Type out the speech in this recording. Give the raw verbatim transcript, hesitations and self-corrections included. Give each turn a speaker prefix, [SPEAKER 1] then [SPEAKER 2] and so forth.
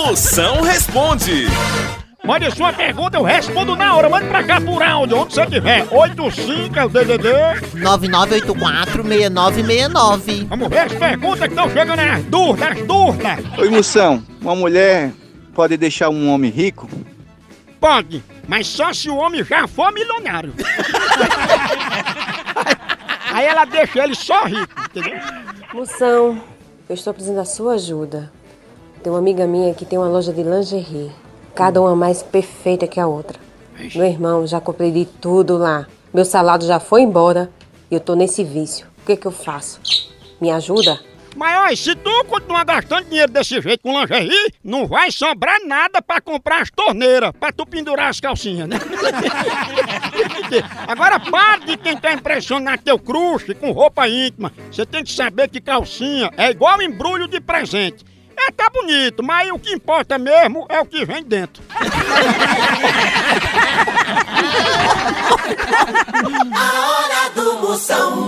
[SPEAKER 1] Moção responde.
[SPEAKER 2] Mande sua pergunta, eu respondo na hora. Mande pra cá por áudio, onde você tiver. oito cinco é o D D D.
[SPEAKER 3] nove nove oito quatro, seis nove seis nove.
[SPEAKER 2] Vamos ver as perguntas que estão chegando nas dúvidas, as dúvidas.
[SPEAKER 4] Oi, Moção. Uma mulher pode deixar um homem rico?
[SPEAKER 2] Pode, mas só se o homem já for milionário. Aí ela deixa ele só rico, entendeu?
[SPEAKER 5] Moção, eu estou precisando da sua ajuda. Tem uma amiga minha que tem uma loja de lingerie. Cada uma mais perfeita que a outra. Meu irmão, já comprei de tudo lá. Meu salário já foi embora e eu tô nesse vício. O que que eu faço? Me ajuda?
[SPEAKER 2] Mas olha, se tu continuar gastando dinheiro desse jeito com lingerie, não vai sobrar nada pra comprar as torneiras, pra tu pendurar as calcinhas, né? Agora para de tentar impressionar teu crush com roupa íntima. Você tem que saber que calcinha é igual embrulho de presente. É, tá bonito, mas o que importa mesmo é o que vem dentro.
[SPEAKER 6] A hora do Moção.